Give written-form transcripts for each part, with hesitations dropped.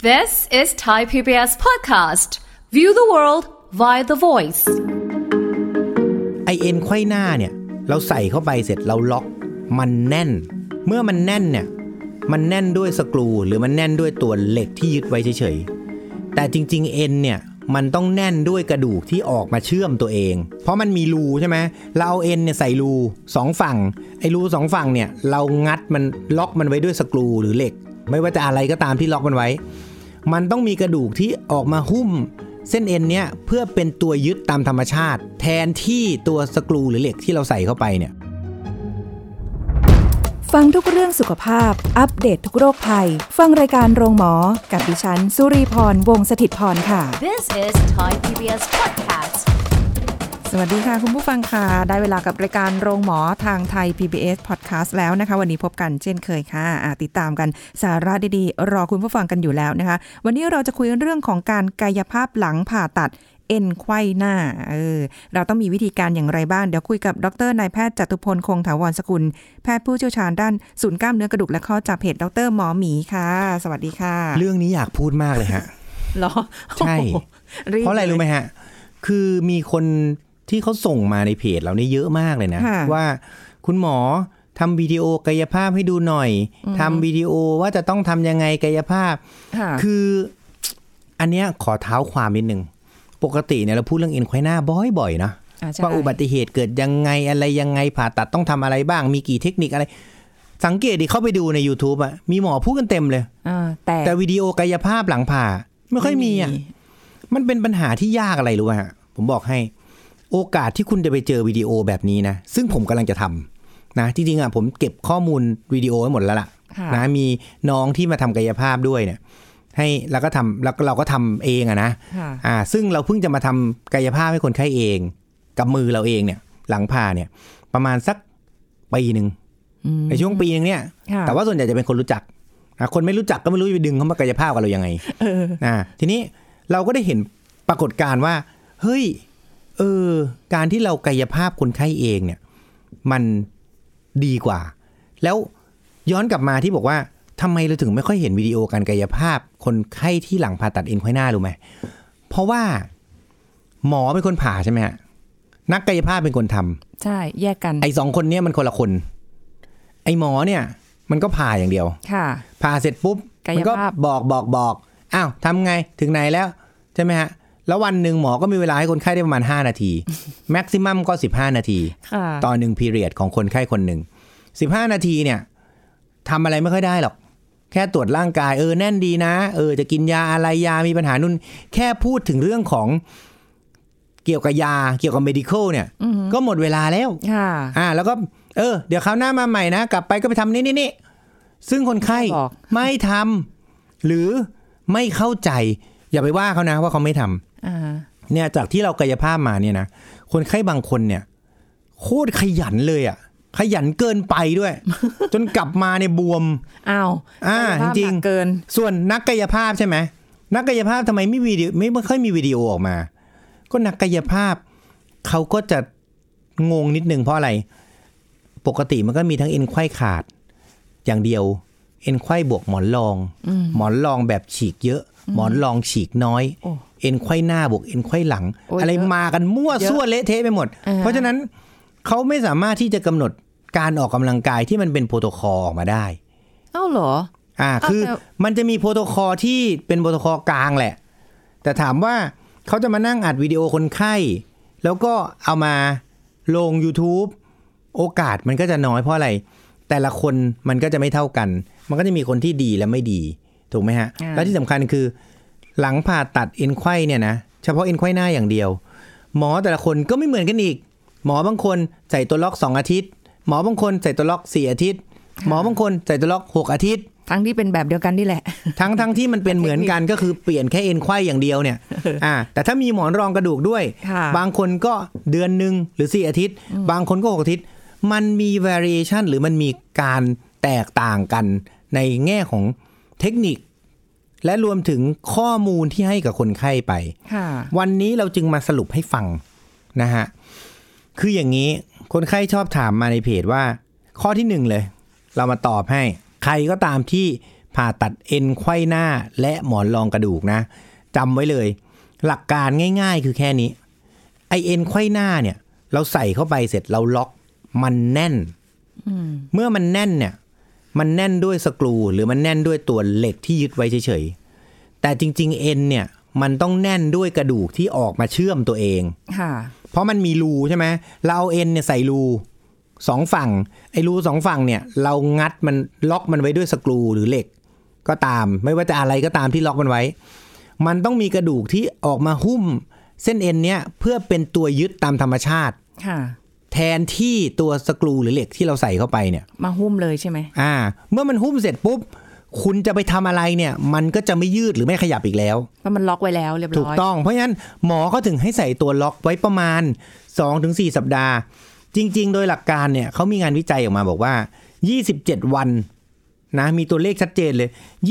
This is Thai PBS podcast. View the world via the voice. ไอเอ็นไขว้หน้าเนี่ยเราใส่เข้าไปเสร็จเราล็อกมันแน่นเมื่อมันแน่นเนี่ยมันแน่นด้วยสกรูหรือมันแน่นด้วยตัวเหล็กที่ยึดไว้เฉยๆแต่จริงๆเอ็นเนี่ยมันต้องแน่นด้วยกระดูกที่ออกมาเชื่อมตัวเองเพราะมันมีรูใช่ไหมเราเอาเอ็นเนี่ยใส่รูสองฝั่งไอ้รูสองฝั่งเนี่ยเรางัดมันล็อกมันไว้ด้วยสกรูหรือเหล็กไม่ว่าจะอะไรก็ตามที่ล็อกมันไว้มันต้องมีกระดูกที่ออกมาหุ้มเส้นเอ็นเนี่ยเพื่อเป็นตัวยึดตามธรรมชาติแทนที่ตัวสกรูหรือเหล็กที่เราใส่เข้าไปเนี่ยฟังทุกเรื่องสุขภาพอัปเดต ทุกโรคภัยฟังรายการโรงหมอกับดิฉันสุรีพรวงศ์สถิตย์พรค่ะ This is Thai PBS podcast. สวัสดีค่ะคุณผู้ฟังค่ะได้เวลากับรายการโรงหมอทางไทย PBS Podcast แล้วนะคะวันนี้พบกันเช่นเคยค่ะติดตามกันสาระดีๆรอคุณผู้ฟังกันอยู่แล้วนะคะวันนี้เราจะคุยเรื่องของการกายภาพหลังผ่าตัดเอ็นไขว้หน้าเราต้องมีวิธีการอย่างไรบ้างเดี๋ยวคุยกับดร.นายแพทย์จตุพลคงถาวรสกุลแพทย์ผู้เชี่ยวชาญด้านศูนย์กล้ามเนื้อกระดูกและข้อจากเพจดร.หมอหมีค่ะสวัสดีค่ะเรื่องนี้อยากพูดมากเลยฮะหรอใช่เพราะอะไรรู้ไหมฮะคือมีคนที่เขาส่งมาในเพจเราเนี่ยเยอะมากเลยนะว่าคุณหมอทำวิดีโอกายภาพให้ดูหน่อยทำวิดีโอว่าจะต้องทำยังไงกายภาพคืออันเนี้ยขอเท้าความนิดนึงปกติเนี่ยเราพูดเรื่องเอ็นไขว้หน้าบ่อยๆนะว่าอุบัติเหตุเกิดยังไงอะไรยังไงผ่าตัดต้องทำอะไรบ้างมีกี่เทคนิคอะไรสังเกตดิเข้าไปดูใน YouTube อ่ะมีหมอพูดกันเต็มเลยแต่วิดีโอกายภาพหลังผ่าไม่ค่อยมีอ่ะมันเป็นปัญหาที่ยากอะไรรู้ป่ะผมบอกให้โอกาสที่คุณจะไปเจอวิดีโอแบบนี้นะซึ่งผมกำลังจะทำนะจริงๆอ่ะผมเก็บข้อมูลวิดีโอไว้หมดแล้วล่ะนะมีน้องที่มาทำกายภาพด้วยเนี่ยให้แล้วก็ทำแล้วเราก็ทำเองอะนะซึ่งเราเพิ่งจะมาทำกายภาพให้คนไข้เองกับมือเราเองเนี่ยหลังผ่าเนี่ยประมาณสักปีนึงในช่วงปีนึงเนี่ยแต่ว่าส่วนใหญ่จะเป็นคนรู้จักคนไม่รู้จักก็ไม่รู้จะไปดึงเขามากายภาพกับเรายังไงทีนี้เราก็ได้เห็นปรากฏการณ์ว่าเฮ้ยการที่เรากายภาพคนไข้เองเนี่ยมันดีกว่าแล้วย้อนกลับมาที่บอกว่าทำไมเราถึงไม่ค่อยเห็นวิดีโอการกายภาพคนไข้ที่หลังผ่าตัดเอ็นไขว้หน้ารู้ไหมเพราะว่าหมอเป็นคนผ่าใช่ไหมฮะนักกายภาพเป็นคนทำใช่แยกกันไอ้สองคนนี้มันคนละคนไอ้หมอเนี่ยมันก็ผ่าอย่างเดียวผ่าเสร็จปุ๊บมันก็บอกอ้าวทำไงถึงไหนแล้วใช่ไหมฮะแล้ววันหนึ่งหมอก็มีเวลาให้คนไข้ได้ประมาณ5นาทีแม็กซิมัมก็15นาทีต่อ1พีเรียดของคนไข้คนหนึ่ง15นาทีเนี่ยทำอะไรไม่ค่อยได้หรอกแค่ตรวจร่างกายแน่นดีนะจะกินยาอะไรยามีปัญหานู่นแค่พูดถึงเรื่องของเกี่ยวกับยาเกี่ยวกับ medical เนี่ยก็หมดเวลาแล้วแล้วก็เดี๋ยวคราวหน้ามาใหม่นะกลับไปก็ไปทำนี่ซึ่งคนไข้ไม่ทำหรือไม่เข้าใจอย่าไปว่าเขานะว่าเขาไม่ทำเนี่ยจากที่เรากายภาพมาเนี่ยนะคนไข้บางคนเนี่ยโคตรขยันเลยอ่ะขยันเกินไปด้วย จนกลับมาในบวมจริงๆเกินส่วนนักกายภาพใช่ไหมนักกายภาพทำไมไม่ค่อยมีวิดีโอออกมาก็นักกายภาพเขาก็จะงงนิดนึงเพราะอะไรปกติมันก็มีทั้งเอ็นไขว้ขาดอย่างเดียวเอ็นไขว้บวกหมอนรองแบบฉีกเยอะหมอนรองฉีกน้อยเอ็นไขว้หน้าบวกเอ็นไขว้หลังอะไรมากันมั่วซั่วเละเทะไปหมดเพราะฉะนั้นเขาไม่สามารถที่จะกำหนดการออกกำลังกายที่มันเป็นโปรโตคอลออกมาได้เหรอคือมันจะมีโปรโตคอลที่เป็นโปรโตคอลกลางแหละแต่ถามว่าเขาจะมานั่งอัดวิดีโอคนไข้แล้วก็เอามาลง YouTube โอกาสมันก็จะน้อยเพราะอะไรแต่ละคนมันก็จะไม่เท่ากันมันก็จะมีคนที่ดีและไม่ดีถูกไหมฮะและที่สำคัญคือหลังผ่าตัดเอ็นไขว้เนี่ยนะเฉพาะเอ็นไขว้หน้าอย่างเดียวหมอแต่ละคนก็ไม่เหมือนกันอีกหมอบางคนใส่ตัวล็อก2อาทิตย์หมอบางคนใส่ตัวล็อก4อาทิตย์หมอบางคนใส่ตัวล็อก6อาทิตย์ทั้งที่เป็นแบบเดียวกันนี่แหละทั้งที่มันเป็นเหมือนกันก็คือเปลี่ยนแค่เอ็นไขว้อย่างเดียวเนี่ยแต่ถ้ามีหมอนรองกระดูกด้วยบางคนก็เดือนนึงหรือ4อาทิตย์บางคนก็6อาทิตย์มันมี variation หรือมันมีการแตกต่างกันในแง่ของเทคนิคและรวมถึงข้อมูลที่ให้กับคนไข้ไปวันนี้เราจึงมาสรุปให้ฟังนะฮะคืออย่างนี้คนไข้ชอบถามมาในเพจว่าข้อที่1เลยเรามาตอบให้ใครก็ตามที่ผ่าตัดเอ็นไขว้หน้าและหมอนรองกระดูกนะจำไว้เลยหลักการง่ายๆคือแค่นี้ไอเอ็นไขว้หน้าเนี่ยเราใส่เข้าไปเสร็จเราล็อกมันแน่นเมื่อมันแน่นเนี่ยมันแน่นด้วยสกรูหรือมันแน่นด้วยตัวเหล็กที่ยึดไว้เฉยๆแต่จริงๆเอ็นเนี่ยมันต้องแน่นด้วยกระดูกที่ออกมาเชื่อมตัวเองเพราะมันมีรูใช่ไหมเราเอาเอ็นเนี่ยใส่รูสองฝั่งไอ้รูสองฝั่งเนี่ยเรางัดมันล็อกมันไว้ด้วยสกรูหรือเหล็กก็ตามไม่ว่าจะอะไรก็ตามที่ล็อกมันไว้มันต้องมีกระดูกที่ออกมาหุ้มเส้นเอ็นเนี่ยเพื่อเป็นตัวยึดตามธรรมชาติแทนที่ตัวสกรูหรือเหล็กที่เราใส่เข้าไปเนี่ยมาหุ้มเลยใช่ไหมเมื่อมันหุ้มเสร็จปุ๊บคุณจะไปทำอะไรเนี่ยมันก็จะไม่ยืดหรือไม่ขยับอีกแล้วเพราะมันล็อกไว้แล้วเรียบร้อยถูกต้องเพราะฉะนั้นหมอเขาถึงให้ใส่ตัวล็อกไว้ประมาณ 2-4 สัปดาห์จริงๆโดยหลักการเนี่ยเขามีงานวิจัยออกมาบอกว่า27วันนะมีตัวเลขชัดเจนเลย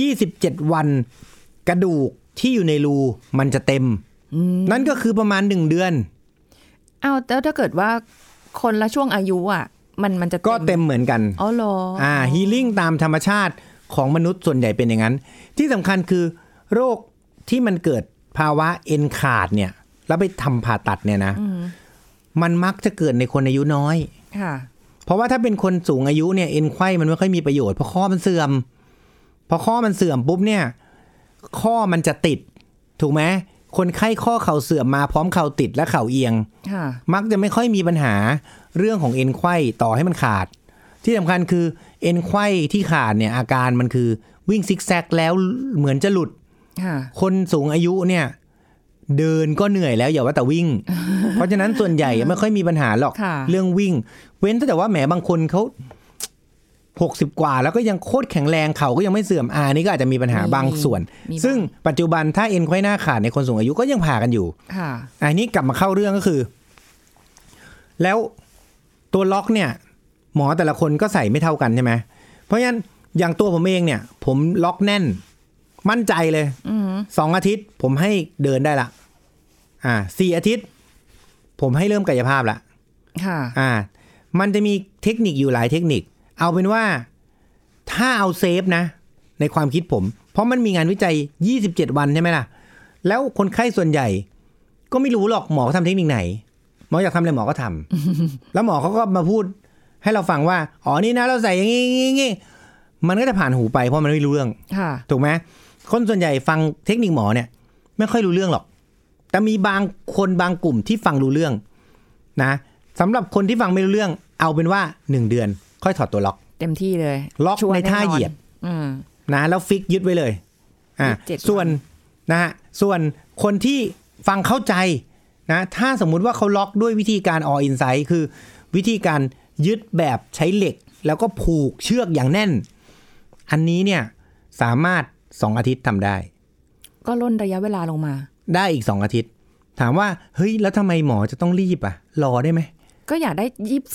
27วันกระดูกที่อยู่ในรูมันจะเต็มนั่นก็คือประมาณ1เดือนแล้วถ้าเกิดว่าคนละช่วงอายุอ่ะมันจะก็เต็มเหมือนกันอ๋อเหรอฮีลิ่งตามธรรมชาติของมนุษย์ส่วนใหญ่เป็นอย่างนั้นที่สำคัญคือโรคที่มันเกิดภาวะเอ็นขาดเนี่ยแล้วไปทำผ่าตัดเนี่ยนะมันมักจะเกิดในคนอายุน้อยเพราะว่าถ้าเป็นคนสูงอายุเนี่ยเอ็นไขว้มันไม่ค่อยมีประโยชน์เพราะข้อมันเสื่อมพอข้อมันเสื่อมปุ๊บเนี่ยข้อมันจะติดถูกไหมคนไข้ข้อเข่าเสื่อมมาพร้อมเข่าติดและเข่าเอียงมักจะไม่ค่อยมีปัญหาเรื่องของเอ็นไขว้ต่อให้มันขาดที่สำคัญคือเอ็นไขว้ที่ขาดเนี่ยอาการมันคือวิ่งซิกแซกแล้วเหมือนจะหลุดคนสูงอายุเนี่ยเดินก็เหนื่อยแล้วอย่าว่าแต่วิ่ง เพราะฉะนั้นส่วนใหญ่ไม่ค่อยมีปัญหาหรอกเรื่องวิ่งเว้นแต่ว่าแหมบางคนเขา60กว่าแล้วก็ยังโคตรแข็งแรงเข่าก็ยังไม่เสื่อมนี่ก็อาจจะมีปัญหาบางส่วนซึ่งปัจจุบันถ้าเอ็นไขว้หน้าขาดในคนสูงอายุก็ยังผ่ากันอยู่อันนี้กลับมาเข้าเรื่องก็คือแล้วตัวล็อกเนี่ยหมอแต่ละคนก็ใส่ไม่เท่ากันใช่ไหมเพราะฉะนั้นอย่างตัวผมเองเนี่ยผมล็อกแน่นมั่นใจเลย2 อาทิตย์ผมให้เดินได้ละ4 อาทิตย์ผมให้เริ่มกายภาพละมันจะมีเทคนิคอยู่หลายเทคนิคเอาเป็นว่าถ้าเอาเซฟนะในความคิดผมเพราะมันมีงานวิจัย27วันใช่ไหมล่ะแล้วคนไข้ส่วนใหญ่ก็ไม่รู้หรอกหมอทำเทคนิคไหนหมออยากทำอะไรหมอก็ทำแล้วหมอเขาก็มาพูดให้เราฟังว่านี่นะเราใส่อย่างงี้มันก็จะผ่านหูไปเพราะมันไม่รู้เรื่องถูกไหมคนส่วนใหญ่ฟังเทคนิคหมอเนี่ยไม่ค่อยรู้เรื่องหรอกแต่มีบางคนบางกลุ่มที่ฟังรู้เรื่องนะสำหรับคนที่ฟังไม่รู้เรื่องเอาเป็นว่า1 เดือนค่อยถอดตัวล็อกเต็มที่เลยล็อกในท่าเหยียดนะแล้วฟิกยึดไว้เลยส่วนนะฮะส่วนคนที่ฟังเข้าใจนะถ้าสมมุติว่าเขาล็อกด้วยวิธีการall inside คือวิธีการยึดแบบใช้เหล็กแล้วก็ผูกเชือกอย่างแน่นอันนี้เนี่ยสามารถ2 อาทิตย์ทำได้ก็ล่นระยะเวลาลงมาได้อีก2 อาทิตย์ถามว่าเฮ้ยแล้วทำไมหมอจะต้องรีบรอได้ไหมก็อยากได้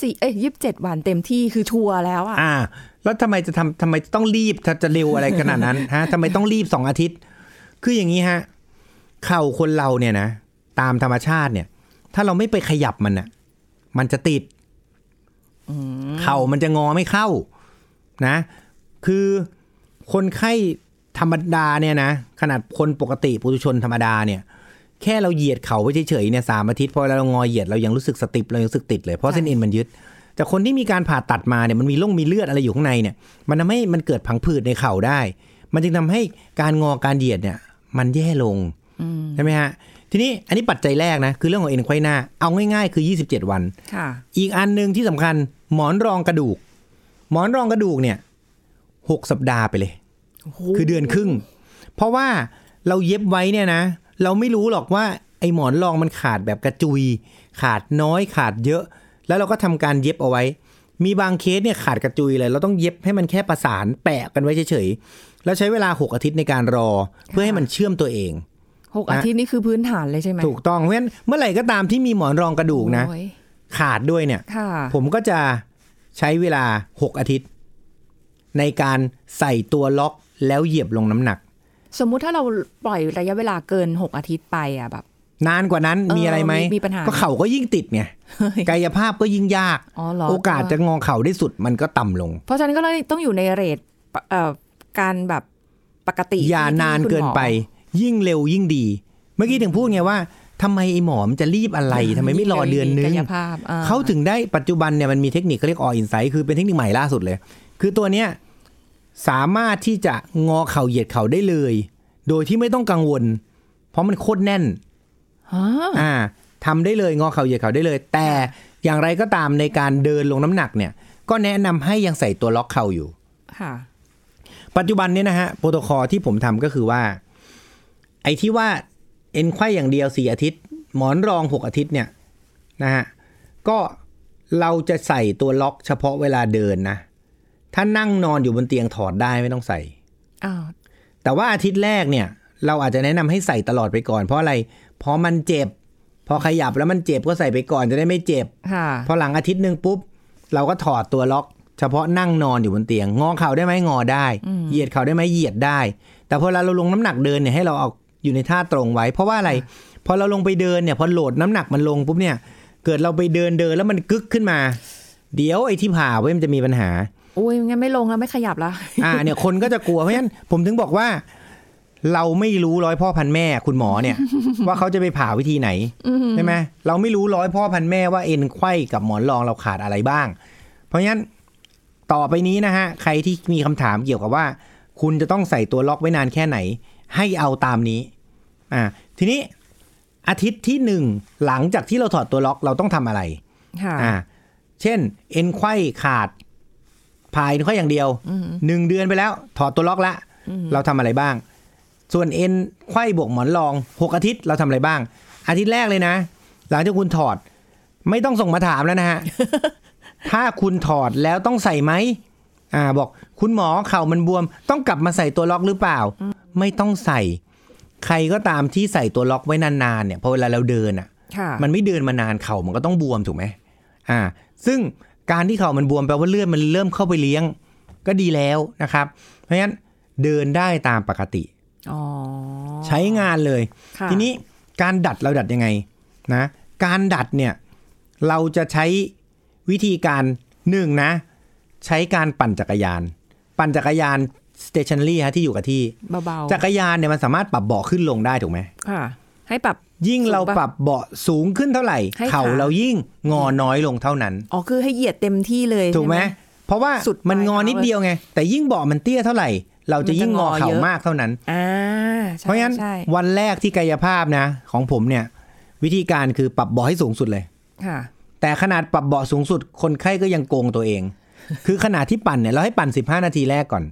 27วันเต็มที่คือชัวร์แล้วแล้วทำไมต้องรีบจะเร็วอะไรขนาดนั้นฮะทำไมต้องรีบ2 อาทิตย์คืออย่างนี้ฮะเข่าคนเราเนี่ยนะตามธรรมชาติเนี่ยถ้าเราไม่ไปขยับมันจะติดเข่ามันจะงอไม่เข้านะคือคนไข้ธรรมดาเนี่ยนะขนาดคนปกติปุถุชนธรรมดาเนี่ยแค่เราเหยียดเข่าไว้เฉยๆเนี่ย3 อาทิตย์พอเรางอเหยียดเรายังรู้สึกสติปเรายังรู้สึกติดเลยเพราะเส้นเอ็นมันยึดแต่คนที่มีการผ่าตัดมาเนี่ยมันมีมีเลือดอะไรอยู่ข้างในเนี่ยมันทำให้มันเกิดพังผืดในเข่าได้มันจึงทำให้การงอการเหยียดเนี่ยมันแย่ลงใช่ไหมฮะทีนี้อันนี้ปัจจัยแรกนะคือเรื่องของเอ็นไขว้หน้าเอาง่ายๆคือ27วันอีกอันนึงที่สำคัญหมอนรองกระดูกเนี่ย6 สัปดาห์ไปเลยคือเดือนครึ่งเพราะว่าเราเย็บไว้เนี่ยนะเราไม่รู้หรอกว่าไอ้หมอนรองมันขาดแบบกระจุยขาดน้อยขาดเยอะแล้วเราก็ทำการเย็บเอาไว้มีบางเคสเนี่ยขาดกระจุยเลยเราต้องเย็บให้มันแค่ประสานแปะกันไว้เฉยๆแล้วใช้เวลา6 อาทิตย์ในการรอเพื่อให้มันเชื่อมตัวเอง 6 อาทิตย์นี่คือพื้นฐานเลยใช่ไหมถูกต้องเพราะฉะนั้นเมื่อไหร่ก็ตามที่มีหมอนรองกระดูกนะขาดด้วยเนี่ยผมก็จะใช้เวลา6 อาทิตย์ในการใส่ตัวล็อกแล้วเหยียบลงน้ำหนักสมมุติถ้าเราปล่อยระยะเวลาเกิน6 อาทิตย์ไปแบบนานกว่านั้นมีอะไรไหมก็เข่าก็ยิ่งติดไงกายภาพก็ยิ่งยากโอกาสจะงอเข่าได้สุดมันก็ต่ำลงเพราะฉะนั้นก็เลยต้องอยู่ในเรทการแบบปกติอย่านานเกินไปยิ่งเร็วยิ่งดีเมื่อกี้ถึงพูดไงว่าทำไมไอ้หมอมันจะรีบอะไรทำไมไม่รอเดือนนึงเขาถึงได้ปัจจุบันเนี่ยมันมีเทคนิคเขาเรียก All Insight คือเป็นเทคนิคใหม่ล่าสุดเลยคือตัวเนี้ยสามารถที่จะงอเข่าเหยียดเข่าได้เลยโดยที่ไม่ต้องกังวลเพราะมันโคตรแน่นทำได้เลยงอเข่าเหยียดเข่าได้เลยแต่อย่างไรก็ตามในการเดินลงน้ำหนักเนี่ยก็แนะนำให้ยังใส่ตัวล็อกเข่าอยู่ปัจจุบันนี้นะฮะโปรโตคอลที่ผมทำก็คือว่าไอ้ที่ว่าเอ็นไขว้อย่างเดียว4อาทิตย์หมอนรอง6อาทิตย์เนี่ยนะฮะก็เราจะใส่ตัวล็อกเฉพาะเวลาเดินนะถ้านั่งนอนอยู่บนเตียงถอดได้ไม่ต้องใส่แต่ว่าอาทิตย์แรกเนี่ยเราอาจจะแนะนำให้ใส่ตลอดไปก่อนเพราะอะไรเพราะมันเจ็บพอขยับแล้วมันเจ็บก็ใส่ไปก่อนจะได้ไม่เจ็บพอหลังอาทิตย์นึงปุ๊บเราก็ถอดตัวล็อกเฉพาะนั่งนอนอยู่บนเตียงงอเข่าได้ไหมงอได้เหยียดเข่าได้ไหมเหยียดได้แต่พอเราลงน้ำหนักเดินเนี่ยให้เราเอาอยู่ในท่าตรงไว้เพราะว่าอะไรพอเราลงไปเดินเนี่ยพอโหลดน้ำหนักมันลงปุ๊บเนี่ยเกิดเราไปเดินแล้วมันกึกขึ้นมาเดี๋ยวไอ้ที่ผ่าไว้มันจะมีปัญหาโอ้ยงั้นไม่ลงแล้วไม่ขยับละเนี่ยคนก็จะกลัวเพราะฉะนั้นผมถึงบอกว่าเราไม่รู้ร้อยพ่อพันแม่คุณหมอเนี่ย ว่าเขาจะไปผ่าวิธีไหนใช่ไหมเราไม่รู้ร้อยพ่อพันแม่ว่าเอ็นไขว้กับหมอนรองเราขาดอะไรบ้างเพราะฉะนั้นต่อไปนี้นะฮะใครที่มีคำถามเกี่ยวกับว่าคุณจะต้องใส่ตัวล็อกไว้นานแค่ไหนให้เอาตามนี้ทีนี้อาทิตย์ที่1หลังจากที่เราถอดตัวล็อกเราต้องทำอะไรเช่นเอ็นไขว้ขาดผ่าเอ็นไขว้อย่างเดียว1เดือนไปแล้วถอดตัวล็อกละเราทำอะไรบ้างส่วนเอ็นไขว้บวกหมอนรอง6อาทิตย์เราทำอะไรบ้างอาทิตย์แรกเลยนะหลังจากคุณถอดไม่ต้องส่งมาถามแล้วนะฮะ ถ้าคุณถอดแล้วต้องใส่ไหมบอกคุณหมอเข่ามันบวมต้องกลับมาใส่ตัวล็อกหรือเปล่าไม่ต้องใส่ใครก็ตามที่ใส่ตัวล็อกไว้นานๆเนี่ยพอเวลาเราเดินมันไม่เดินมานานเข่ามันก็ต้องบวมถูกไหมซึ่งการที่เข่ามันบวมแปลว่าเลือดมันเริ่มเข้าไปเลี้ยงก็ดีแล้วนะครับเพราะฉะนั้นเดินได้ตามปกติใช้งานเลยทีนี้การดัดเราดัดยังไงนะการดัดเนี่ยเราจะใช้วิธีการ1นะใช้การปั่นจักรยานstationary ฮะที่อยู่กับที่เบาๆจักรยานเนี่ยมันสามารถปรับเบาะขึ้นลงได้ถูกไหมให้ปรับยิ่งเราปรับเบาะสูงขึ้นเท่าไหร่เข่าเรายิ่งงอน้อยลงเท่านั้นคือให้เหยียดเต็มที่เลยถูกไหมเพราะว่ามันงอนิดเดียวไงแต่ยิ่งเบาะมันเตี้ยเท่าไหร่เราจะยิ่งงอเข่ามากเท่านั้นเพราะฉะนั้นวันแรกที่กายภาพนะของผมเนี่ยวิธีการคือปรับเบาะให้สูงสุดเลยแต่ขนาดปรับเบาะสูงสุดคนไข้ก็ยังโกงตัวเองคือขนาดที่ปั่นเนี่ยเราให้ปั่น15นาทีแรกก่อน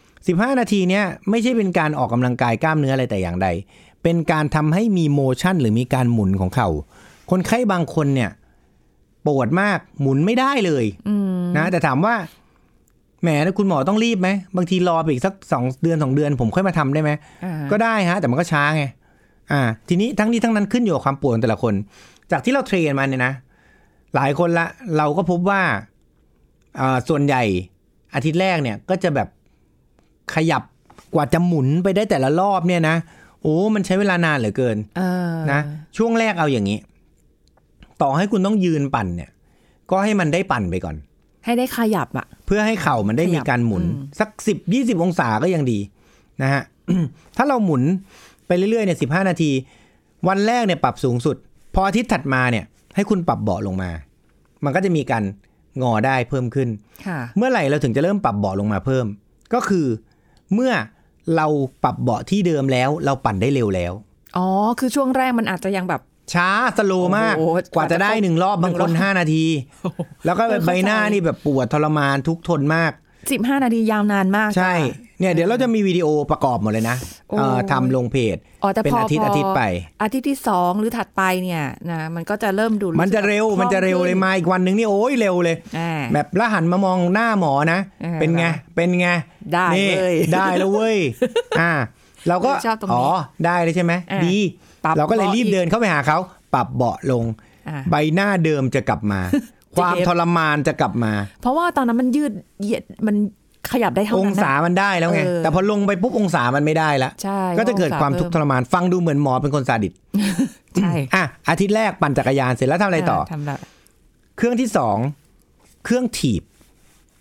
15นาทีเนี้ยไม่ใช่เป็นการออกกำลังกายกล้ามเนื้ออะไรแต่อย่างใดเป็นการทำให้มีโมชั่นหรือมีการหมุนของเข่าคนไข้บางคนเนี่ยปวดมากหมุนไม่ได้เลยนะแต่ถามว่าแหมคุณหมอต้องรีบไหมบางทีรอไปอีกสัก2 เดือน2 เดือนผมค่อยมาทำได้ไหมก็ได้ฮะแต่มันก็ช้าไงทีนี้ทั้งนี้ทั้งนั้นขึ้นอยู่กับความปวดของแต่ละคนจากที่เราเทรนมาเนี่ยนะหลายคนละเราก็พบว่าส่วนใหญ่อาทิตย์แรกเนี่ยก็จะแบบขยับกว่าจะหมุนไปได้แต่ละรอบเนี่ยนะมันใช้เวลานานเหลือเกินนะช่วงแรกเอาอย่างนี้ต่อให้คุณต้องยืนปั่นเนี่ยก็ให้มันได้ปั่นไปก่อนให้ได้ขยับเพื่อให้เข่ามันได้มีการหมุนสัก10-20 องศาก็ยังดีนะฮะ ถ้าเราหมุนไปเรื่อยๆเนี่ย15นาทีวันแรกเนี่ยปรับสูงสุดพออาทิตย์ถัดมาเนี่ยให้คุณปรับเบาะลงมามันก็จะมีการงอได้เพิ่มขึ้นเมื่อไหร่เราถึงจะเริ่มปรับเบาะลงมาเพิ่มก็คือเมื่อเราปรับเบาะที่เดิมแล้วเราปั่นได้เร็วแล้วคือช่วงแรกมันอาจจะยังแบบช้าสโลว์มากกว่าจะได้1รอบบางคน5นาทีแล้วก็ใบหน้านี่แบบปวดทรมานทุกทนมาก 15นาทียาวนานมากใช่เนี่ยเดี๋ยวเราจะมีวิดีโอประกอบหมดเลยนะทำลงเพจเป็นอาทิตย์ไปอาทิตย์ที่2หรือถัดไปเนี่ยนะมันก็จะเริ่มดูมันจะเร็วเลยมาอีกวันนึงนี่โอ้ยเร็วเลยแบบแล้วหันมามองหน้าหมอนะเป็นไงได้เลยได้แล้วเว้ยเราก็ได้เลยใช่ไหมดีเราก็เลยรีบเดินเข้าไปหาเขาปรับเบาะลงใบหน้าเดิมจะกลับมาความทรมานจะกลับมาเพราะว่าตอนนั้นมันยืดเหยียดมันขยับได้เท่านั้นองศามันได้แล้วไงแต่พอลงไปปุ๊บองศามันไม่ได้แล้วก็จะเกิดความทุกข์ทรมานฟังดูเหมือนหมอเป็นคนซาดิสใช่อาทิตย์แรกปั่นจักรยานเสร็จแล้วทำอะไรต่อเครื่องที่2เครื่องถีบ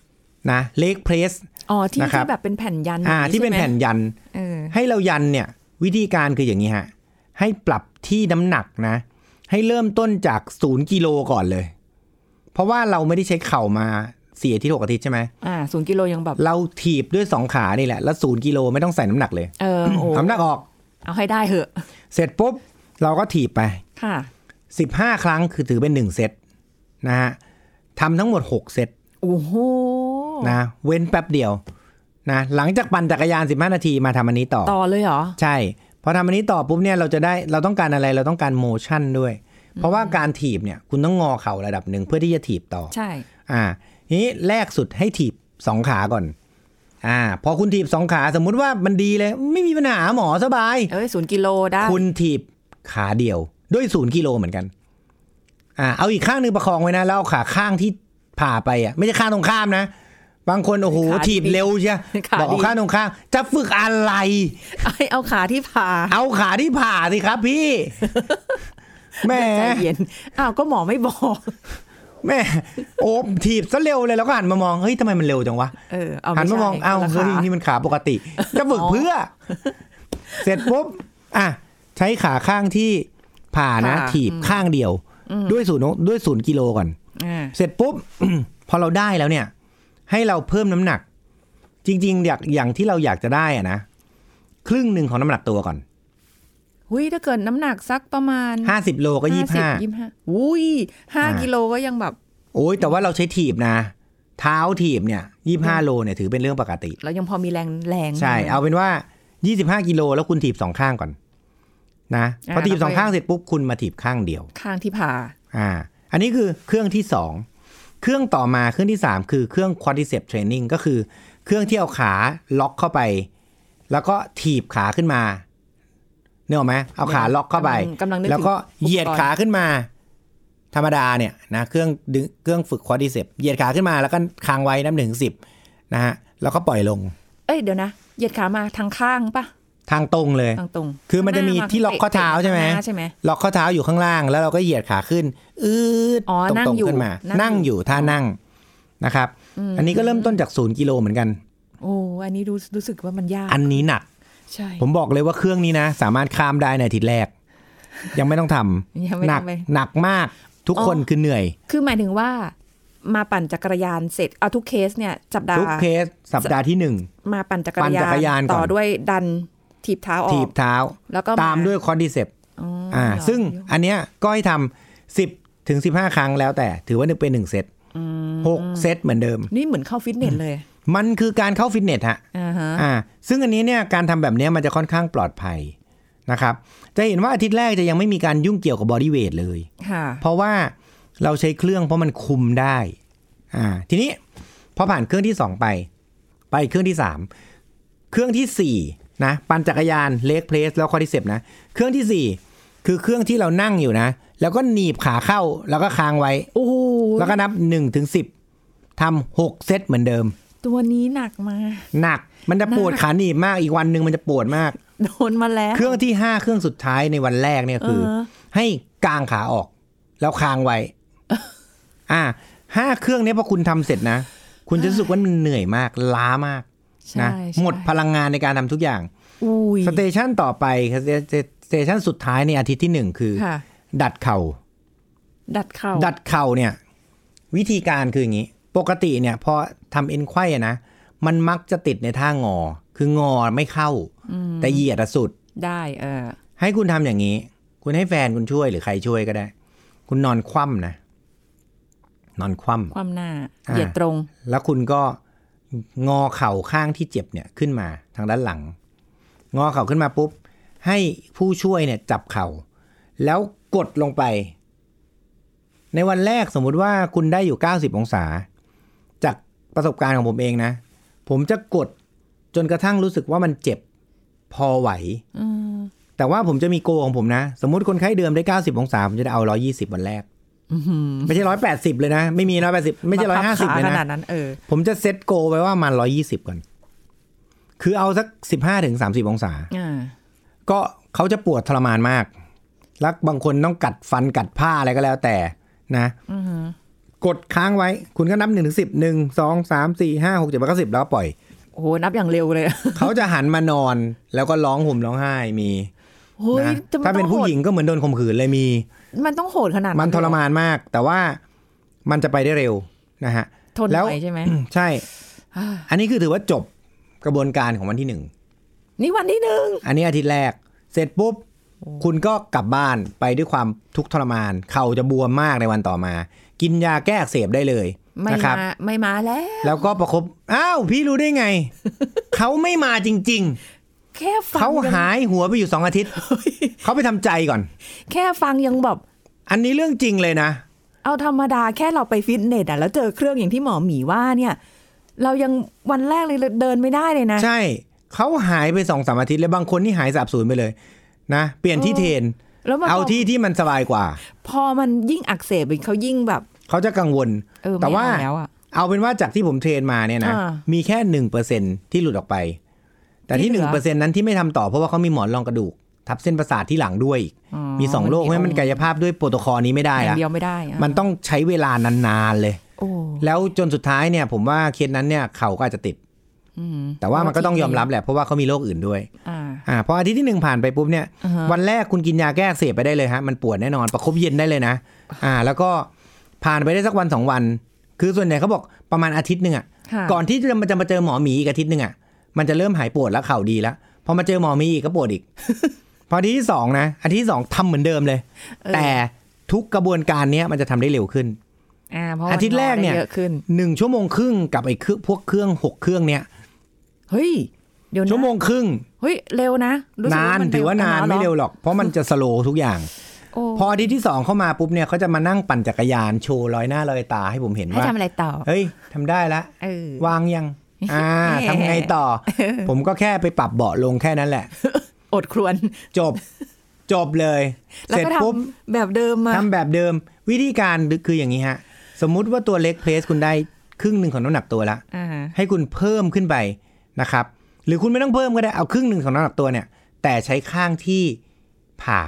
นะเล็กเพรสที่แบบเป็นแผ่นยันที่เป็นแผ่นยันให้เรายันเนี่ยวิธีการคืออย่างนี้ฮะให้ปรับที่น้ำหนักนะให้เริ่มต้นจาก0กิโลก่อนเลยเพราะว่าเราไม่ได้ใช้เข่ามา4 อาทิตย์6 อาทิตย์ใช่ไหม 0 กิโลยังแบบเราถีบด้วย2ขานี่แหละแล้ว0 กิโลไม่ต้องใส่น้ำหนักเลยน้ำหนักออกเอาให้ได้เหอะเสร็จปุ๊บเราก็ถีบไปค่ะ 15 ครั้งคือถือเป็น1เซตนะฮะทำทั้งหมด6เซตโอ้โหนะเว้นแป๊บเดียวนะหลังจากปั่นจักรยาน15 นาทีมาทำอันนี้ต่อเลยเหรอใช่พอทำอันนี้ต่อปุ๊บเนี่ยเราต้องการอะไรเราต้องการโมชั่นด้วยเพราะว่าการถีบเนี่ยคุณต้องงอเข่าระดับหนึ่งเพื่อที่จะถีบต่อใช่นี้แรกสุดให้ถีบ2 ขาก่อนพอคุณถีบ2 ขาสมมุติว่ามันดีเลยไม่มีปัญหาหมอสบาย 0 กิโลได้คุณถีบขาเดียวด้วย0 กิโลเหมือนกันเอาอีกข้างนึงประคองไว้นะแล้วเอาขาข้างที่ผ่าไปไม่ใช่ข้างตรงข้ามนะบางคนโอ้โหถีบเร็วใช่บอกเอาข้างตรงข้ามจะฝึกอะไรเอาขาที่ผ่าเอาขาที่ผ่าสิครับพี่แม่ใจเย็นก็หมอไม่บอกแม่โอ้ถีบซะเร็วเลยแล้วก็หันมามองเฮ้ยทำไมมันเร็วจังวะหันมามองเฮ้ยนี่มันขาปกติจะฝึกเพื่อเสร็จปุ๊บใช้ขาข้างที่ผ่านะถีบข้างเดียวด้วย0 กิโลก่อนเสร็จปุ๊บ พอเราได้แล้วเนี่ยให้เราเพิ่มน้ำหนักจริงๆอย่างที่เราอยากจะได้นะครึ่งนึงของน้ำหนักตัวก่อนถ้าเกิดน้ำหนักสักประมาณ 50 โลก็25 5 กิโลก็ยังแบบแต่ว่าเราใช้ถีบนะเท้าถีบเนี่ย25 โลเนี่ยถือเป็นเรื่องปกติแล้วยังพอมีแรงใช่เอาเป็นว่า25 กิโลแล้วคุณถีบ2 ข้างก่อนนะพอถีบ2 ข้างเสร็จปุ๊บคุณมาถีบข้างเดียวข้างที่ผ่าอันนี้คือเครื่องที่2เครื่องต่อมาเครื่องที่3คือเครื่อง quadriceps training ก็คือเครื่องที่เอาขาล็อกเข้าไปแล้วก็ถีบขาขึ้นมาเนี่ยหรอไหมเอาขาล็อกเข้าไปแล้วก็เหยียดขาขึ้นมาธรรมดาเนี่ยนะเครื่องฝึก quadriceps เหยียดขาขึ้นมาแล้วก็ค้างไว้นับ1 ถึง 10นะฮะแล้วก็ปล่อยลงเดี๋ยวนะเหยียดขามาทางข้างป่ะทางตรงเลยทางตรงคือมันจะมีที่ล็อกข้อเท้าใช่ไหมล็อกข้อเท้าอยู่ข้างล่างแล้วเราก็เหยียดขาขึ้นตรงๆขึ้นมานั่งอยู่ท่านั่งนะครับอันนี้ก็เริ่มต้นจาก0 กิโลเหมือนกันอันนี้รู้สึกว่ามันยากอันนี้หนักใช่ผมบอกเลยว่าเครื่องนี้นะสามารถข้ามได้ในอาทิตย์แรกยังไม่ต้องทำหนักมากทุกคนคือเหนื่อยคือหมายถึงว่ามาปั่นจักรยานเสร็จเอาทุกเคสเนี่ยสัปดาห์ที่1 มาปั่นจักรยานต่อด้วยดันถีบเท้าออกถีบเท้าแล้วก็ตามด้วยคอร์ดิเซปซึ่งอันเนี้ยก็ให้ทำ10 ถึง 15 ครั้งแล้วแต่ถือว่าเป็น1 เซต6 เซตเหมือนเดิมนี่เหมือนเข้าฟิตเนสเลยมันคือการเข้าฟิตเนสฮะซึ่งอันนี้เนี่ยการทำแบบนี้มันจะค่อนข้างปลอดภัยนะครับจะเห็นว่าอาทิตย์แรกจะยังไม่มีการยุ่งเกี่ยวกับบอดี้เวทเลยเพราะว่าเราใช้เครื่องเพราะมันคุมได้ทีนี้พอผ่านเครื่องที่2ไปเครื่องที่3เครื่องที่4นะปั่นจักรยานเล็กเพรสแล้วคอร์ดิเซปนะเครื่องที่4คือเครื่องที่เรานั่งอยู่นะแล้วก็หนีบขาเข้าแล้วก็ค้างไว้แล้วก็นับ1 ถึง 10ทำ6 เซตเหมือนเดิมตัวนี้หนักมาหนักมันจะปวดขาหนีบมากอีกวันนึงมันจะปวดมากโดนมาแล้วเครื่องที่5เครื่องสุดท้ายในวันแรกเนี่ยคือให้กางขาออกแล้วค้างไว้5 เครื่องนี้พอคุณทำเสร็จนะคุณจะรู้สึกว่ามันเหนื่อยมากล้ามากนะหมดพลังงานในการทำทุกอย่างสเตชันต่อไปสเตชันสุดท้ายในอาทิตย์ที่1คือดัดเข่าเนี่ยวิธีการคืออย่างนี้ปกติเนี่ยพอทำเอ็นไขว้นะมันมักจะติดในท่างอคืองอไม่เข้าแต่เหยียดสุดได้ให้คุณทำอย่างนี้คุณให้แฟนคุณช่วยหรือใครช่วยก็ได้คุณนอนคว่ำนะนอนคว่ำหน้าเหยียดตรงแล้วคุณก็งอเข่าข้างที่เจ็บเนี่ยขึ้นมาทางด้านหลังงอเข่าขึ้นมาปุ๊บให้ผู้ช่วยเนี่ยจับเข่าแล้วกดลงไปในวันแรกสมมุติว่าคุณได้อยู่90 องศาจากประสบการณ์ของผมเองนะผมจะกดจนกระทั่งรู้สึกว่ามันเจ็บพอไหวแต่ว่าผมจะมีโกของผมนะสมมุติคนไข้เดิมได้90 องศาผมจะเอา120วันแรกไม่ใช่180เลยนะไม่มี180ไม่ใช่150เลยนะผมจะเซตโกไว้ว่ามัน120ก่อนคือเอาสัก15 ถึง 30 องศาก็เขาจะปวดทรมานมากแล้วบางคนต้องกัดฟันกัดผ้าอะไรก็แล้วแต่นะกดค้างไว้คุณก็นับ1 ถึง 10 1 2 3 4 5 6 7 8 9 10แล้วก็ปล่อยโอ้โหนับอย่างเร็วเลยเขาจะหันมานอนแล้วก็ร้องห่มร้องไห้มีนะถ้าเป็นผู้หญิงก็เหมือนโดนข่มขืนเลยมีมันต้องโหดขนาดมันทรมานมากแต่ว่ามันจะไปได้เร็วนะฮะทนไหวใช่ไหมใช่อันนี้คือถือว่าจบกระบวนการของวันที่1 นี่วันที่1 อันนี้อาทิตย์แรกเสร็จปุ๊บคุณก็กลับบ้านไปด้วยความทุกข์ทรมานเข่าจะบวมมากในวันต่อมากินยาแก้อักเสบได้เลยนะครับไม่มาแล้วก็ประคบอ้าวพี่รู้ได้ไง เขาไม่มาจริงๆแค่ฟังเขาหายหัวไปอยู่2 อาทิตย์ เขาไปทำใจก่อนแค่ฟังยังแบบอันนี้เรื่องจริงเลยนะเอาธรรมดาแค่เราไปฟิตเนสแล้วเจอเครื่องอย่างที่หมอหมีว่าเนี่ยเรายังวันแรกเลยเดินไม่ได้เลยนะใช่เขาหายไป 2-3 อาทิตย์แล้วบางคนนี่หายสาบสูญไปเลยนะเปลี่ยนที่เทรนเอาที่มันสบายกว่าพอมันยิ่งอักเสบเขายิ่งแบบเขาจะกังวลแต่ว่าเอาเป็นว่าจากที่ผมเทรนมาเนี่ยนะมีแค่ 1% ที่หลุดออกไปแต่ที่ 1% นั้นที่ไม่ทำต่อเพราะว่าเขามีหมอนรองกระดูกทับเส้นประสาทที่หลังด้วยมี2โรคให้มันกายภาพด้วยโปรโตคอลนี้ไม่ได้แล้วเดียวไม่ได้มันต้องใช้เวลานานๆเลยแล้วจนสุดท้ายเนี่ยผมว่าเคสนั้นเนี่ยเข่าก็อาจจะติดแต่ว่ามันก็ต้องยอมรับแหละเพราะว่าเขามีโรคอื่นด้วยพออาทิตย์ที่1ผ่านไปปุ๊บเนี่ยวันแรกคุณกินยาแก้อักเสบไปได้เลยฮะมันปวดแน่นอนประคบเย็นได้เลยนะแล้วก็ผ่านไปได้สักวัน2 วันคือส่วนใหญ่เขาบอกประมาณอาทิตย์นึงก่อนที่จะมาเจอหมอหมีอีกอาทิตย์นึงมันจะเริ่มหายปวดแล้วเข่าดีแล้วพอมาเจอหมอหมีอีกก็ปวดอีก พออาทิตย์ที่2นะอาทิตย์ที่2ทำเหมือนเดิมเลยแต่ทุกกระบวนการนี้มันจะทำได้เร็วขึ้นอาทิตย์แรกเนี่ย1 ชั่วโมงครึ่งกับไอ้พวกเครื่อง6 เครื่องเนี่ยเฮ้ยเดี๋ยวนะชั่วโมงครึ่งเฮ้ยเร็วนะนานถือว่านานไม่เร็วหรอกเพราะมันจะสโลว์ทุกอย่างพออาทิตย์ที่2เข้ามาปุ๊บเนี่ยเขาจะมานั่งปั่นจักรยานโชว์ลอยหน้าลอยตาให้ผมเห็นว่าให้ทำอะไรต่อเฮ้ยทำได้ละวางยังทำไงต่อผมก็แค่ไปปรับเบาะลงแค่นั้นแหละอดครวนจบเลยเสร็จปุ๊บแบบเดิมทำแบบเดิมวิธีการคืออย่างนี้ฮะสมมุติว่าตัวเล็กเพลสคุณได้ครึ่งนึงของน้ำหนักตัวละให้คุณเพิ่มขึ้นไปนะครับหรือคุณไม่ต้องเพิ่มก็ได้เอาครึ่งนึงของน้ำหนักตัวเนี่ยแต่ใช้ข้างที่ผ่า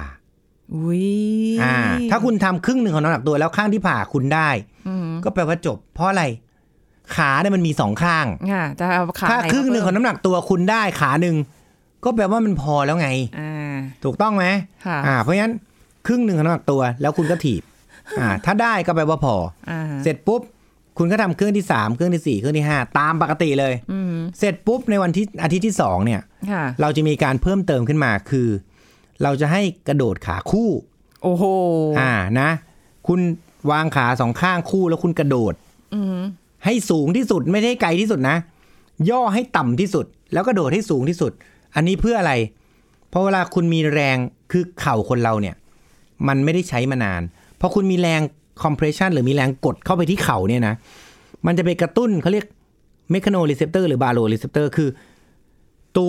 ถ้าคุณทำครึ่งนึงของน้ำหนักตัวแล้วข้างที่ผ่าคุณได้ก็แปลว่าจบเพราะอะไรขาเนี่ยมันมี2 ข้างถ้าครึ่งนึงของน้ำหนักตัวคุณได้ขานึงก็แปลว่ามันพอแล้วไงถูกต้องไหมเพราะฉะนั้นครึ่งนึงของน้ำหนักตัวแล้วคุณก็ถีบถ้าได้ก็แปลว่าพอเสร็จปุ๊บคุณก็ทำเครื่องที่3เครื่องที่4เครื่องที่5ตามปกติเลยเสร็จปุ๊บในวันที่อาทิตย์ที่2เนี่ยเราจะมีการเพิ่มเติมขึ้นมาคือเราจะให้กระโดดขาคู่โอ้โหนะคุณวางขา2 ข้างคู่แล้วคุณกระโดดให้สูงที่สุดไม่ได้ไกลที่สุดนะย่อให้ต่ำที่สุดแล้วกระโดดให้สูงที่สุดอันนี้เพื่ออะไรเพราะเวลาคุณมีแรงคือเข่าคนเราเนี่ยมันไม่ได้ใช้มานานพอคุณมีแรงcompression หรือมีแรงกดเข้าไปที่เข่าเนี่ยนะมันจะไปกระตุ้นเขาเรียก mechanoreceptor หรือ baroreceptor คือตัว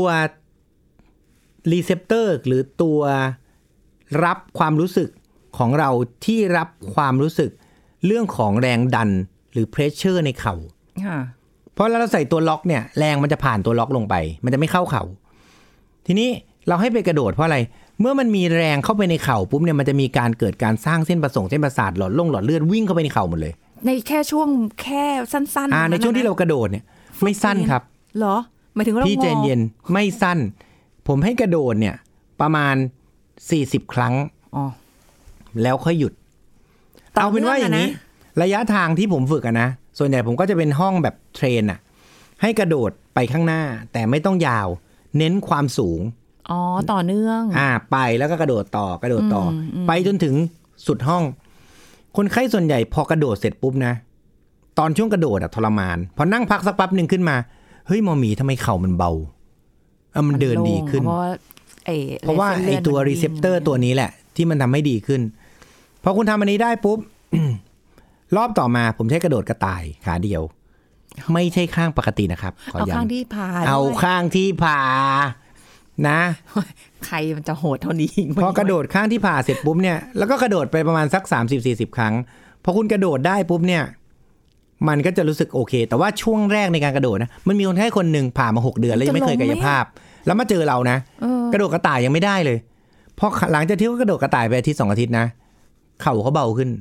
receptor หรือตัวรับความรู้สึกของเราที่รับความรู้สึกเรื่องของแรงดันหรือ pressure ในเข่าเพราะเราใส่ตัวล็อกเนี่ยแรงมันจะผ่านตัวล็อกลงไปมันจะไม่เข้าเข่าทีนี้เราให้ไปกระโดดเพราะอะไรเมื่อมันมีแรงเข้าไปในเข่าปุ๊บเนี่ยมันจะมีการเกิดการสร้างเส้นประสาทหลอดเลือดวิ่งเข้าไปในเข่าหมดเลยในแค่ช่วงแค่สั้นๆในช่วงที่เรากระโดดเนี่ยไม่สั้นครับเหรอหมายถึงว่าพี่ใจเย็นไม่สั้นผมให้กระโดดเนี่ยประมาณ40 ครั้งแล้วค่อยหยุดเอาเป็นว่าอย่างนี้ระยะทางที่ผมฝึกนะส่วนใหญ่ผมก็จะเป็นห้องแบบเทรนให้กระโดดไปข้างหน้าแต่ไม่ต้องยาวเน้นความสูงต่อเนื่องไปแล้วก็กระโดดต่อไปจนถึงสุดห้องคนไข้ส่วนใหญ่พอกระโดดเสร็จปุ๊บนะตอนช่วงกระโดดทรมานพอนั่งพักสักแป๊บนึงขึ้นมาเฮ้ยหมอหมีทำไมเข่ามันเบามันเดินดีขึ้นเพราะว่าไอ้ตัวรีเซพเตอร์ตัวนี้แหละที่มันทำให้ดีขึ้นพอคุณทำอันนี้ได้ปุ๊บ รอบต่อมาผมใช้กระโดดกระต่ายขาเดียวไม่ใช่ข้างปกตินะครับเอาข้างที่ผ่าเอาข้างที่ผ่านะใครมันจะโหดเท่านี้พอกระโดดข้างที่ผ่าเสร็จปุ๊บเนี่ยแล้วก็กระโดดไปประมาณสัก 30-40 ครั้งพอคุณกระโดดได้ปุ๊บเนี่ยมันก็จะรู้สึกโอเคแต่ว่าช่วงแรกในการกระโดดนะมันมีคนไข้คนหนึ่งผ่ามา6 เดือนแล้วยังไม่เคยกายภาพแล้วมาเจอเรานะกระโดดกระต่ายยังไม่ได้เลยพอหลังจากที่เขากระโดดกระต่ายไปอาทิตย์2 อาทิตย์นะเข่าเขาเบาขึ้น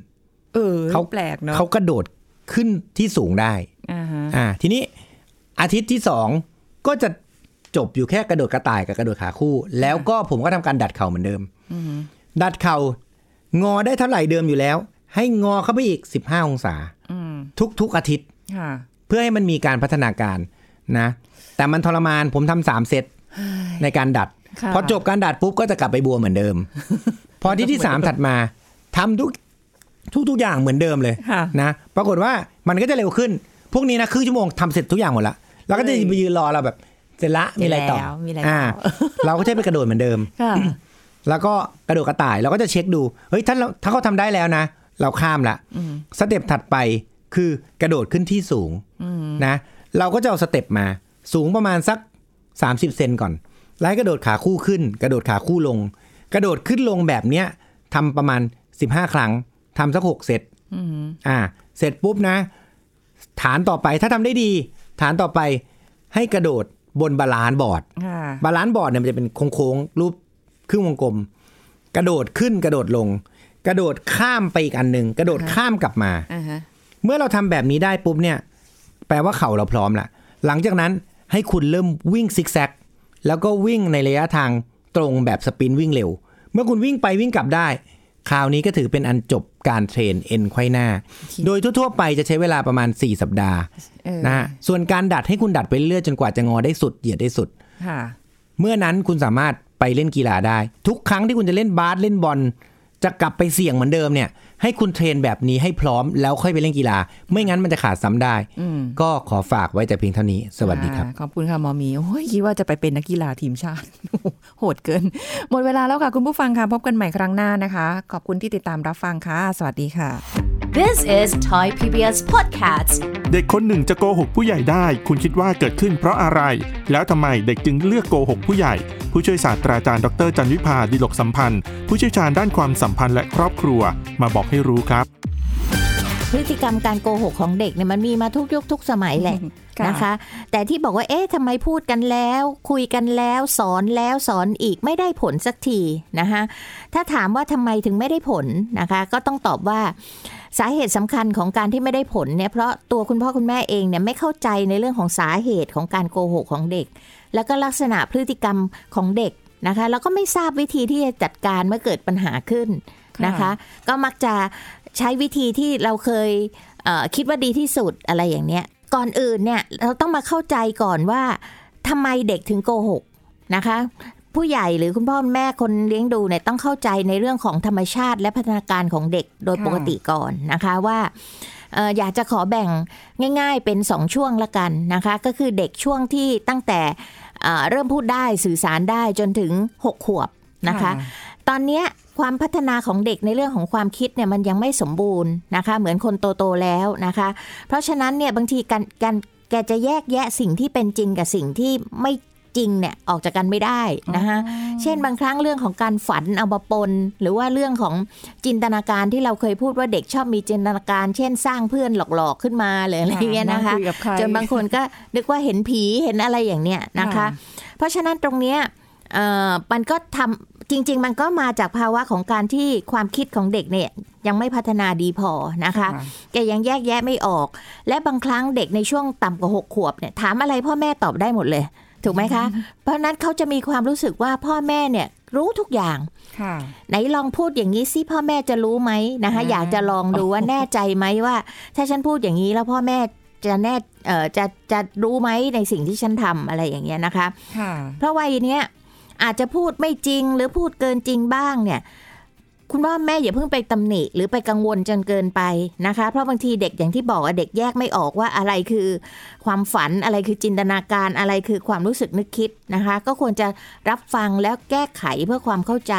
เขาแปลกเนาะเขากระโดดขึ้นที่สูงได้ทีนี้อาทิตย์ที่2ก็จะจบอยู่แค่กระโดดกระต่ายกับกระโดดขาคู่แล้วก็ผมก็ทำการดัดเข่าเหมือนเดิมดัดเข่างอได้เท่าไหร่เดิมอยู่แล้วให้งอเข้าไปอีก15องศาทุกอาทิตย์เพื่อให้มันมีการพัฒนาการนะแต่มันทรมานผมทำ3เซตในการดัดพอจบการดัดปุ๊บก็จะกลับไปบวมเหมือนเดิมพอที่3ถัดมาทำทุกอย่างเหมือนเดิมเลยนะปรากฏว่ามันก็จะเร็วขึ้นพวกนี้นะครึ่งชั่วโมงทำเสร็จทุกอย่างหมดละแล้วก็จะไปยืนรอเราแบบเสร็จละมีอะไรต่อเราก็ใช้ไปกระโดดเหมือนเดิมแล้วก็กระโดดกระต่ายเราก็จะเช็คดูเฮ้ยถ้าเขาทำได้แล้วนะเราข้ามละสเต็ปถัดไปคือกระโดดขึ้นที่สูงนะเราก็จะเอาสเต็ปมาสูงประมาณสัก30เซนก่อนแล้วกระโดดขาคู่ขึ้นกระโดดขาคู่ลงกระโดดขึ้นลงแบบเนี้ยทำประมาณ15ครั้งทำสัก6เซตเสร็จปุ๊บนะฐานต่อไปถ้าทำได้ดีฐานต่อไปให้กระโดดบนบาลานซ์บอร์ดบาลานซ์บอร์ดเนี่ยมันจะเป็นโค้งๆรูปครึ่งวงกลมกระโดดขึ้นกระโดดลงกระโดดข้ามไปอีกอันนึงกระโดดข้ามกลับมาเมื่อเราทำแบบนี้ได้ปุ๊บเนี่ยแปลว่าเข่าเราพร้อมละหลังจากนั้นให้คุณเริ่มวิ่งซิกแซกแล้วก็วิ่งในระยะทางตรงแบบสปรินต์วิ่งเร็วเมื่อคุณวิ่งไปวิ่งกลับได้คราวนี้ก็ถือเป็นอันจบการเทรนเอ็นไขว้หน้าโดยทั่วๆไปจะใช้เวลาประมาณ4สัปดาห์นะส่วนการดัดให้คุณดัดไปเรื่อยจนกว่าจะงอได้สุดเหยียดได้สุดเมื่อนั้นคุณสามารถไปเล่นกีฬาได้ทุกครั้งที่คุณจะเล่นบาสเล่นบอลจะกลับไปเสี่ยงเหมือนเดิมเนี่ยให้คุณเทรนแบบนี้ให้พร้อมแล้วค่อยไปเล่นกีฬาไม่งั้นมันจะขาดซ้ำได้ก็ขอฝากไว้แต่เพียงเท่านี้สวัสดีครับขอบคุณค่ะหมอหมีโอ้ยคิดว่าจะไปเป็นนักกีฬาทีมชาติโหดเกินหมดเวลาแล้วค่ะคุณผู้ฟังค่ะพบกันใหม่ครั้งหน้านะคะขอบคุณที่ติดตามรับฟังค่ะสวัสดีค่ะ This is Thai PBS Podcast เด็กคนหนึ่งจะโกหกผู้ใหญ่ได้คุณคิดว่าเกิดขึ้นเพราะอะไรแล้วทำไมเด็กจึงเลือกโกหกผู้ใหญ่ผู้ช่วยศาสตราจารย์ดร.จันวิภาดิลกสัมพันธ์ผู้เชี่ยวชาญด้านความสัมพันธ์และครอบครัวมาบอกให้รู้ครับพฤติกรรมการโกหกของเด็กเนี่ยมันมีมาทุกยุคทุกสมัยแหละนะคะแต่ที่บอกว่าเอ๊ะทำไมพูดกันแล้วคุยกันแล้วสอนอีกไม่ได้ผลสักทีนะคะถ้าถามว่าทำไมถึงไม่ได้ผลนะคะก็ต้องตอบว่าสาเหตุสำคัญของการที่ไม่ได้ผลเนี่ยเพราะตัวคุณพ่อคุณแม่เองเนี่ยไม่เข้าใจในเรื่องของสาเหตุของการโกหกของเด็กแล้วก็ลักษณะพฤติกรรมของเด็กนะคะแล้วก็ไม่ทราบวิธีที่จะจัดการเมื่อเกิดปัญหาขึ้นนะคะก็มักจะใช้วิธีที่เราเคยคิดว่าดีที่สุดอะไรอย่างเนี้ยก่อนอื่นเนี่ยเราต้องมาเข้าใจก่อนว่าทำไมเด็กถึงโกหกนะคะผู้ใหญ่หรือคุณพ่อแม่คนเลี้ยงดูเนี่ยต้องเข้าใจในเรื่องของธรรมชาติและพัฒนาการของเด็กโดยปกติก่อนนะคะว่าอยากจะขอแบ่งง่ายๆเป็น2ช่วงละกันนะคะก็คือเด็กช่วงที่ตั้งแต่เริ่มพูดได้สื่อสารได้จนถึง6ขวบนะคะตอนนี้ความพัฒนาของเด็กในเรื่องของความคิดเนี่ยมันยังไม่สมบูรณ์นะคะเหมือนคนโตๆแล้วนะคะเพราะฉะนั้นเนี่ยบางทีแกจะแยกแยะสิ่งที่เป็นจริงกับสิ่งที่ไม่จริงเนี่ยออกจากกันไม่ได้นะคะเช่นบางครั้งเรื่องของการฝันเอามาปนหรือว่าเรื่องของจินตนาการที่เราเคยพูดว่าเด็กชอบมีจินตนาการเช่นสร้างเพื่อนหลอกๆขึ้นมาหรืออะไรเงี้ยนะคะจนบางคนก็นึกว่าเห็นผีเห็นอะไรอย่างเนี้ยนะคะเพราะฉะนั้นตรงเนี้ยมันก็ทำจริงๆมันก็มาจากภาวะของการที่ความคิดของเด็กเนี่ยยังไม่พัฒนาดีพอนะคะแกยังแยกแยะไม่ออกและบางครั้งเด็กในช่วงต่ำกว่า6ขวบเนี่ยถามอะไรพ่อแม่ตอบได้หมดเลยถูกไหมคะเพราะนั้นเขาจะมีความรู้สึกว่าพ่อแม่เนี่ยรู้ทุกอย่างไหนลองพูดอย่างนี้สิพ่อแม่จะรู้ไหมนะคะอยากจะลองดูว่าแน่ใจไหมว่าถ้าฉันพูดอย่างนี้แล้วพ่อแม่จะรู้ไหมในสิ่งที่ฉันทำอะไรอย่างเงี้ยนะคะเพราะวัยเนี้ยอาจจะพูดไม่จริงหรือพูดเกินจริงบ้างเนี่ยคุณพ่อแม่อย่าเพิ่งไปตำหนิหรือไปกังวลจนเกินไปนะคะเพราะบางทีเด็กอย่างที่บอกเด็กแยกไม่ออกว่าอะไรคือความฝันอะไรคือจินตนาการอะไรคือความรู้สึกนึกคิดนะคะก็ควรจะรับฟังแล้วแก้ไขเพื่อความเข้าใจ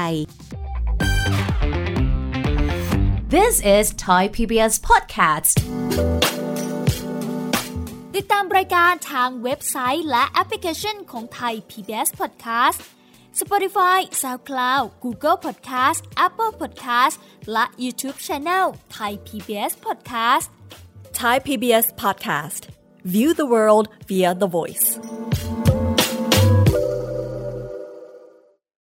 This is Thai PBS Podcast ติดตามรายการทางเว็บไซต์และแอปพลิเคชันของ Thai PBS Podcast Spotify, SoundCloud, Google Podcast, Apple Podcast และ YouTube Channel Thai PBS Podcast Thai PBS Podcast View the world via the voice